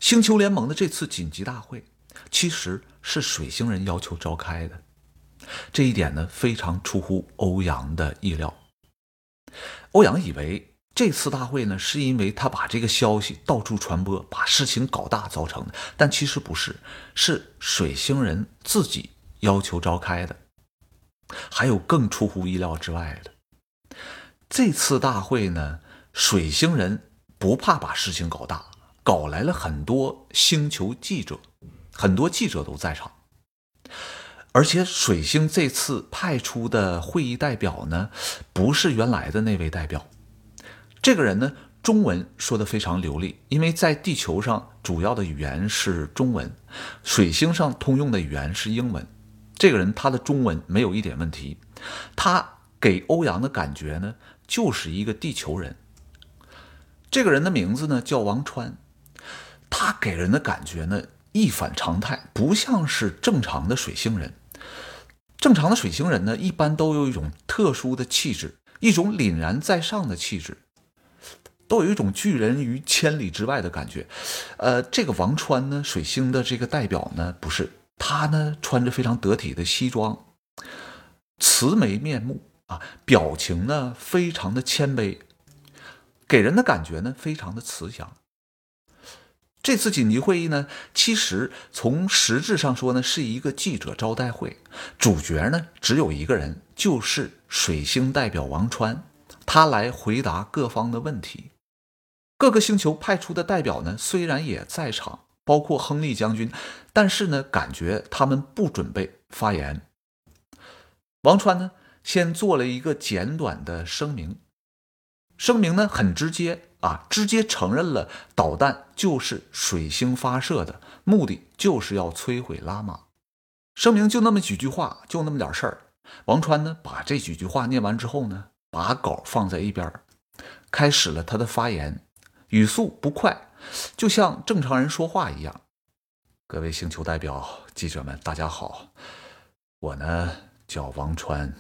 星球联盟的这次紧急大会，其实是水星人要求召开的。这一点呢，非常出乎欧阳的意料。欧阳以为这次大会呢，是因为他把这个消息到处传播，把事情搞大造成的，但其实不是，是水星人自己要求召开的。还有更出乎意料之外的，这次大会呢，水星人不怕把事情搞大，搞来了很多星球记者，很多记者都在场。而且水星这次派出的会议代表呢，不是原来的那位代表。这个人呢，中文说得非常流利，因为在地球上主要的语言是中文，水星上通用的语言是英文。这个人他的中文没有一点问题，他给欧阳的感觉呢，就是一个地球人。这个人的名字呢叫王川，他给人的感觉呢一反常态，不像是正常的水星人。正常的水星人呢，一般都有一种特殊的气质，一种凛然在上的气质，都有一种拒人于千里之外的感觉。这个王川呢，水星的这个代表呢，不是他呢，穿着非常得体的西装，慈眉面目啊，表情呢非常的谦卑，给人的感觉呢非常的慈祥。这次紧急会议呢，其实从实质上说呢，是一个记者招待会，主角呢只有一个人，就是水星代表王川，他来回答各方的问题。各个星球派出的代表呢，虽然也在场，包括亨利将军，但是呢，感觉他们不准备发言。王川呢，先做了一个简短的声明，声明呢很直接啊，直接承认了导弹就是水星发射的，目的就是要摧毁拉玛。声明就那么几句话，就那么点事儿。王川呢，把这几句话念完之后呢，把稿放在一边，开始了他的发言，语速不快，就像正常人说话一样。各位星球代表、记者们，大家好，我呢叫王川。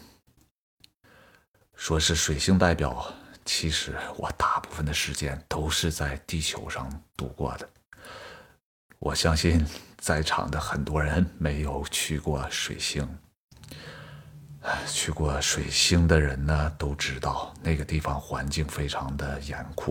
说是水星代表，其实我大部分的时间都是在地球上度过的。我相信在场的很多人没有去过水星，去过水星的人呢都知道那个地方环境非常的严酷。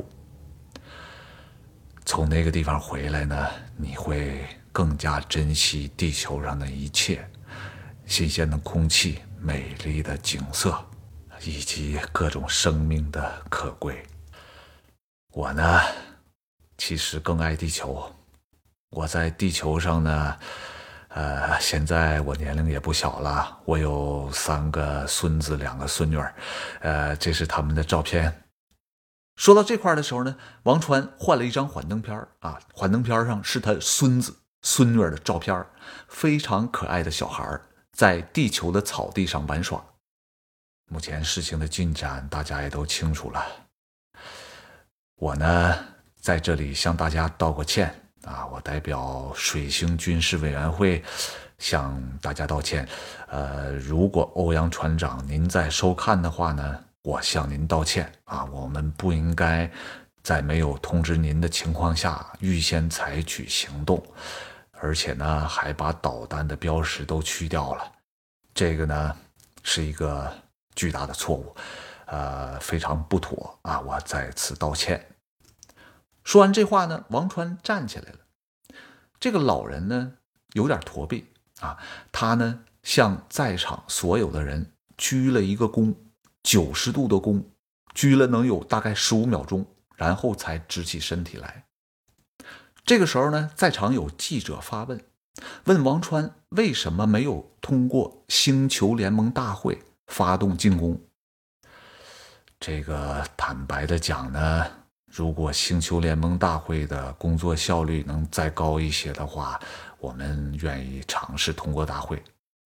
从那个地方回来呢，你会更加珍惜地球上的一切，新鲜的空气、美丽的景色，以及各种生命的可贵。我呢，其实更爱地球。我在地球上呢，现在我年龄也不小了，我有3个孙子2个孙女，这是他们的照片。说到这块的时候呢，王川换了一张幻灯片啊，幻灯片上是他孙子孙女的照片，非常可爱的小孩在地球的草地上玩耍。目前事情的进展大家也都清楚了。我呢在这里向大家道个歉啊，我代表水星军事委员会向大家道歉。如果欧阳船长您在收看的话呢，我向您道歉啊，我们不应该在没有通知您的情况下预先采取行动，而且呢还把导弹的标识都去掉了，这个呢是一个巨大的错误，非常不妥啊！我再次道歉。说完这话呢，王川站起来了。这个老人呢有点驼背啊，他呢向在场所有的人鞠了一个躬，90度的躬，鞠了能有大概15秒钟，然后才直起身体来。这个时候呢，在场有记者发问，问王川为什么没有通过星球联盟大会发动进攻。这个坦白的讲呢，如果星球联盟大会的工作效率能再高一些的话，我们愿意尝试通过大会。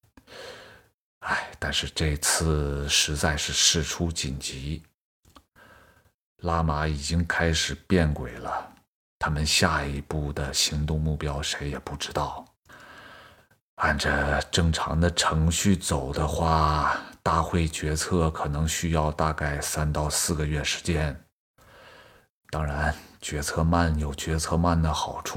但是这次实在是事出紧急，拉玛已经开始变轨了，他们下一步的行动目标谁也不知道。按着正常的程序走的话，大会决策可能需要大概3到4个月时间。当然，决策慢有决策慢的好处，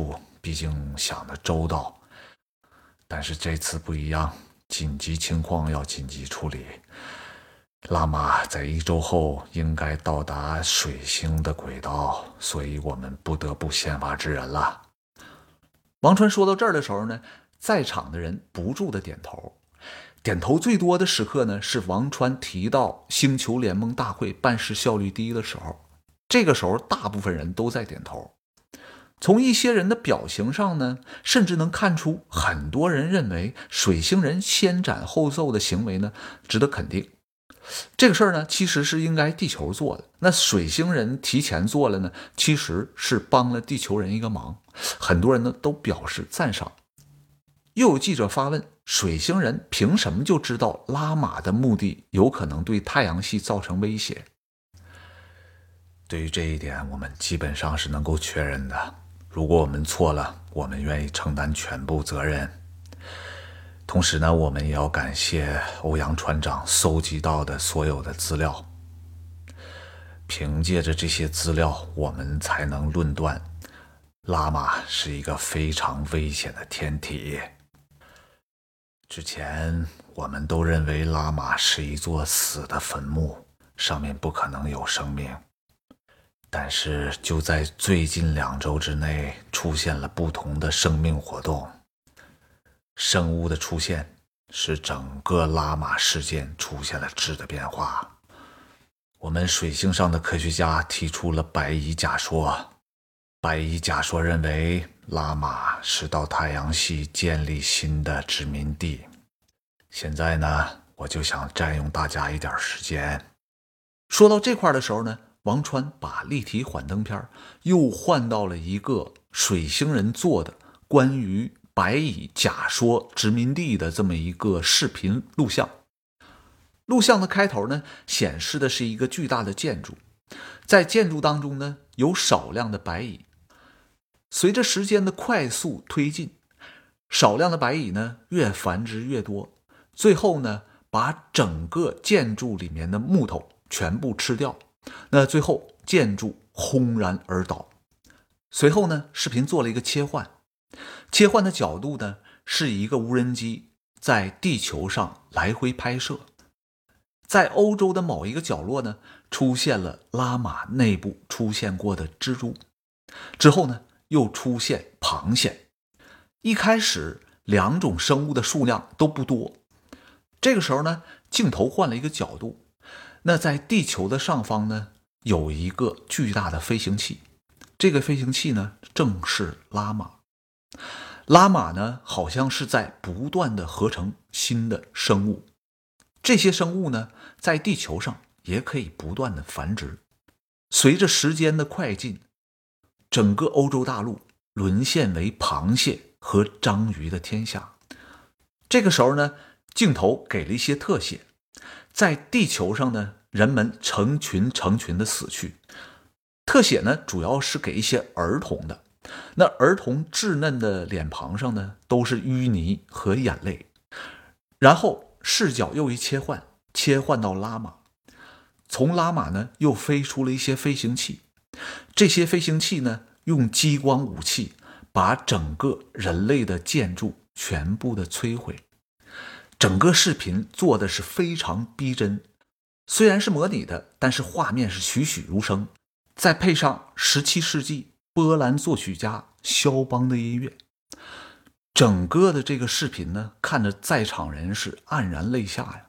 毕竟想得周到。但是这次不一样，紧急情况要紧急处理。拉玛在1周后应该到达水星的轨道，所以我们不得不先发制人了。王川说到这儿的时候呢，在场的人不住的点头。点头最多的时刻呢，是王川提到星球联盟大会办事效率低的时候，这个时候大部分人都在点头。从一些人的表情上呢，甚至能看出很多人认为水星人先斩后奏的行为呢值得肯定。这个事儿呢，其实是应该地球做的。那水星人提前做了呢，其实是帮了地球人一个忙。很多人呢都表示赞赏。又有记者发问，水星人凭什么就知道拉玛的目的有可能对太阳系造成威胁？对于这一点，我们基本上是能够确认的。如果我们错了，我们愿意承担全部责任。同时呢，我们也要感谢欧阳船长搜集到的所有的资料。凭借着这些资料，我们才能论断拉玛是一个非常危险的天体。之前我们都认为拉玛是一座死的坟墓，上面不可能有生命。但是就在最近2周之内，出现了不同的生命活动。生物的出现使整个拉玛事件出现了质的变化。我们水星上的科学家提出了白蚁假说。白蚁假说认为拉玛是到太阳系建立新的殖民地。现在呢，我就想占用大家一点时间。说到这块的时候呢，王川把立体幻灯片又换到了一个水星人做的关于白蚁假说殖民地的这么一个视频录像。录像的开头呢，显示的是一个巨大的建筑，在建筑当中呢，有少量的白蚁。随着时间的快速推进，少量的白蚁呢越繁殖越多，最后呢把整个建筑里面的木头全部吃掉。那最后建筑轰然而倒。随后呢，视频做了一个切换，切换的角度呢是一个无人机在地球上来回拍摄。在欧洲的某一个角落呢，出现了拉玛内部出现过的蜘蛛，之后呢又出现螃蟹。一开始2种生物的数量都不多。这个时候呢，镜头换了一个角度，那在地球的上方呢，有一个巨大的飞行器。这个飞行器呢，正是拉玛。拉玛呢，好像是在不断的合成新的生物。这些生物呢，在地球上也可以不断的繁殖。随着时间的快进，整个欧洲大陆沦陷为螃蟹和章鱼的天下。这个时候呢，镜头给了一些特写。在地球上呢，人们成群的死去。特写呢，主要是给一些儿童的。那儿童稚嫩的脸庞上呢，都是淤泥和眼泪。然后视角又一切换到拉玛。从拉玛呢，又飞出了一些飞行器。这些飞行器呢，用激光武器把整个人类的建筑全部的摧毁。整个视频做的是非常逼真，虽然是模拟的，但是画面是栩栩如生。再配上17世纪波兰作曲家肖邦的音乐，整个的这个视频呢，看着在场人是黯然泪下呀。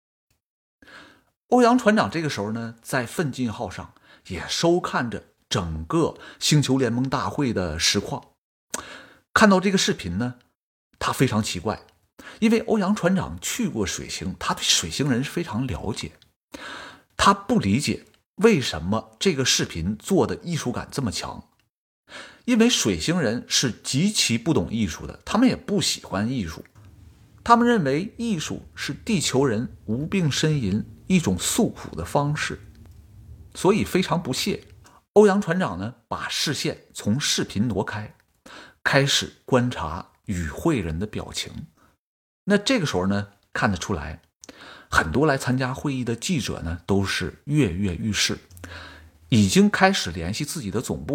欧阳船长这个时候呢，在奋进号上也收看着整个星球联盟大会的实况。看到这个视频呢，他非常奇怪，因为欧阳船长去过水星，他对水星人是非常了解。他不理解为什么这个视频做的艺术感这么强。因为水星人是极其不懂艺术的，他们也不喜欢艺术。他们认为艺术是地球人无病呻吟一种诉苦的方式，所以非常不屑。欧阳船长呢，把视线从视频挪开，开始观察与会人的表情。那这个时候呢，看得出来，很多来参加会议的记者呢，都是跃跃欲试，已经开始联系自己的总部了，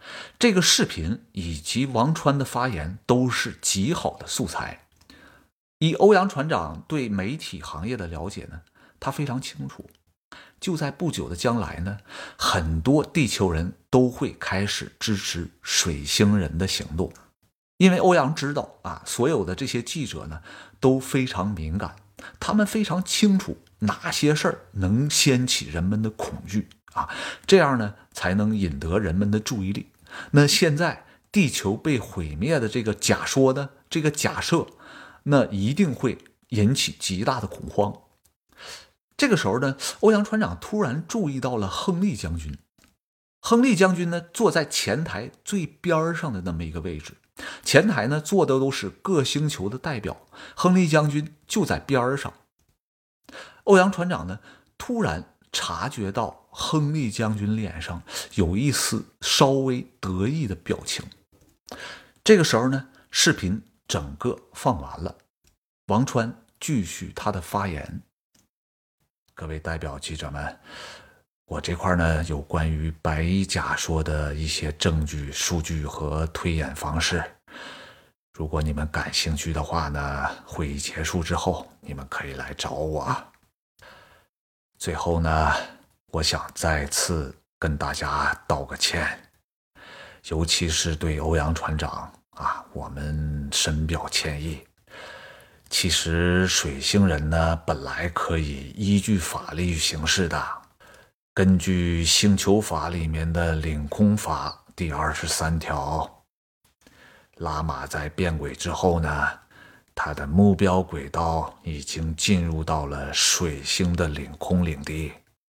这个视频以及王川的发言都是极好的素材。以欧阳船长对媒体行业的了解呢，他非常清楚，就在不久的将来呢，很多地球人都会开始支持水星人的行动。因为欧阳知道所有的这些记者呢都非常敏感，他们非常清楚哪些事儿能掀起人们的恐惧这样呢才能引得人们的注意力。那现在地球被毁灭的这个假说呢，这个假设，那一定会引起极大的恐慌。这个时候呢，欧阳船长突然注意到了亨利将军。亨利将军呢坐在前台最边上的那么一个位置，前台呢坐的都是各星球的代表，亨利将军就在边上。欧阳船长呢突然察觉到亨利将军脸上有一丝稍微得意的表情。这个时候呢，视频整个放完了，王川继续他的发言。各位代表记者们，我这块呢有关于白衣假说的一些证据、数据和推演方式。如果你们感兴趣的话呢，会议结束之后你们可以来找我。最后呢，我想再次跟大家道个歉，尤其是对欧阳船长我们深表歉意。其实水星人呢本来可以依据法律行事的，根据星球法里面的领空法第23条，拉玛在变轨之后呢，他的目标轨道已经进入到了水星的领空领地。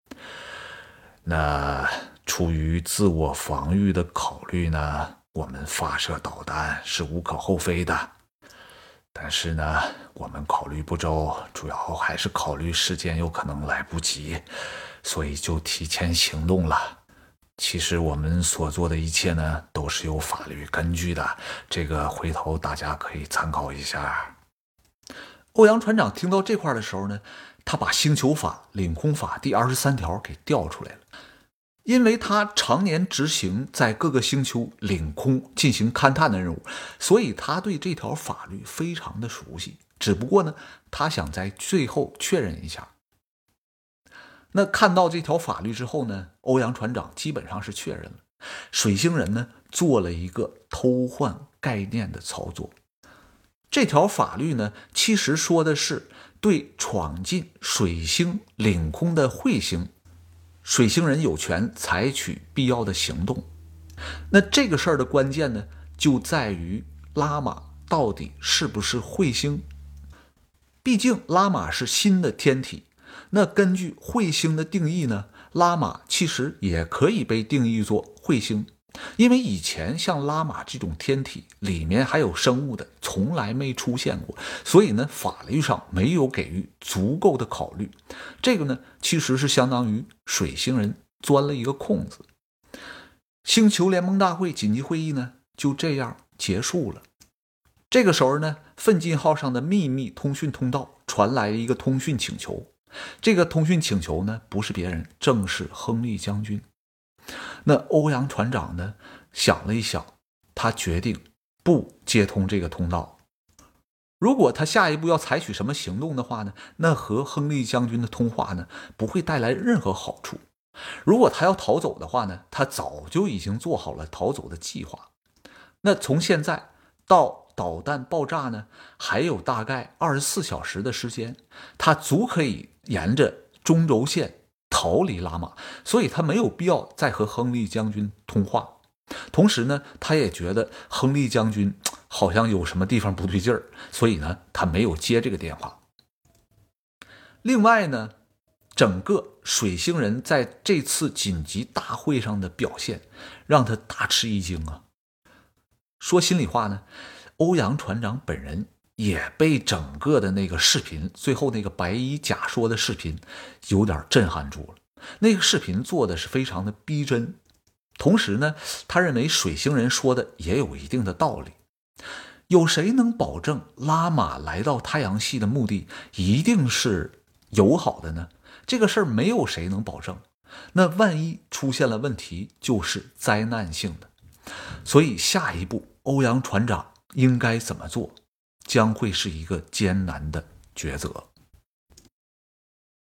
那出于自我防御的考虑呢，我们发射导弹是无可厚非的。但是呢，我们考虑不周，主要还是考虑时间有可能来不及，所以就提前行动了。其实我们所做的一切呢，都是有法律根据的，这个回头大家可以参考一下。欧阳船长听到这块的时候呢，他把星球法、领空法第23条给调出来了。因为他常年执行在各个星球领空进行勘探的任务，所以他对这条法律非常的熟悉。只不过呢，他想在最后确认一下。那看到这条法律之后呢，欧阳船长基本上是确认了，水星人呢做了一个偷换概念的操作。这条法律呢，其实说的是对闯进水星领空的彗星，水星人有权采取必要的行动。那这个事儿的关键呢，就在于拉玛到底是不是彗星。毕竟拉玛是新的天体，那根据彗星的定义呢，拉玛其实也可以被定义作彗星。因为以前像拉玛这种天体里面还有生物的从来没出现过，所以呢法律上没有给予足够的考虑。这个呢其实是相当于水星人钻了一个空子。星球联盟大会紧急会议呢就这样结束了。这个时候呢，奋进号上的秘密通讯通道传来一个通讯请求。这个通讯请求呢不是别人，正是亨利将军。那欧阳船长呢想了一想，他决定不接通这个通道。如果他下一步要采取什么行动的话呢，那和亨利将军的通话呢不会带来任何好处。如果他要逃走的话呢，他早就已经做好了逃走的计划。那从现在到导弹爆炸呢还有大概24小时的时间，他足可以沿着中轴线逃离拉玛，所以他没有必要再和亨利将军通话。同时呢，他也觉得亨利将军好像有什么地方不对劲儿，所以呢，他没有接这个电话。另外呢，整个水星人在这次紧急大会上的表现让他大吃一惊啊。说心里话呢，欧阳船长本人也被整个的那个视频，最后那个白衣假说的视频有点震撼住了。那个视频做的是非常的逼真，同时呢，他认为水星人说的也有一定的道理。有谁能保证拉玛来到太阳系的目的一定是友好的呢？这个事儿没有谁能保证。那万一出现了问题，就是灾难性的。 所以下一步欧阳船长应该怎么做，将会是一个艰难的抉择。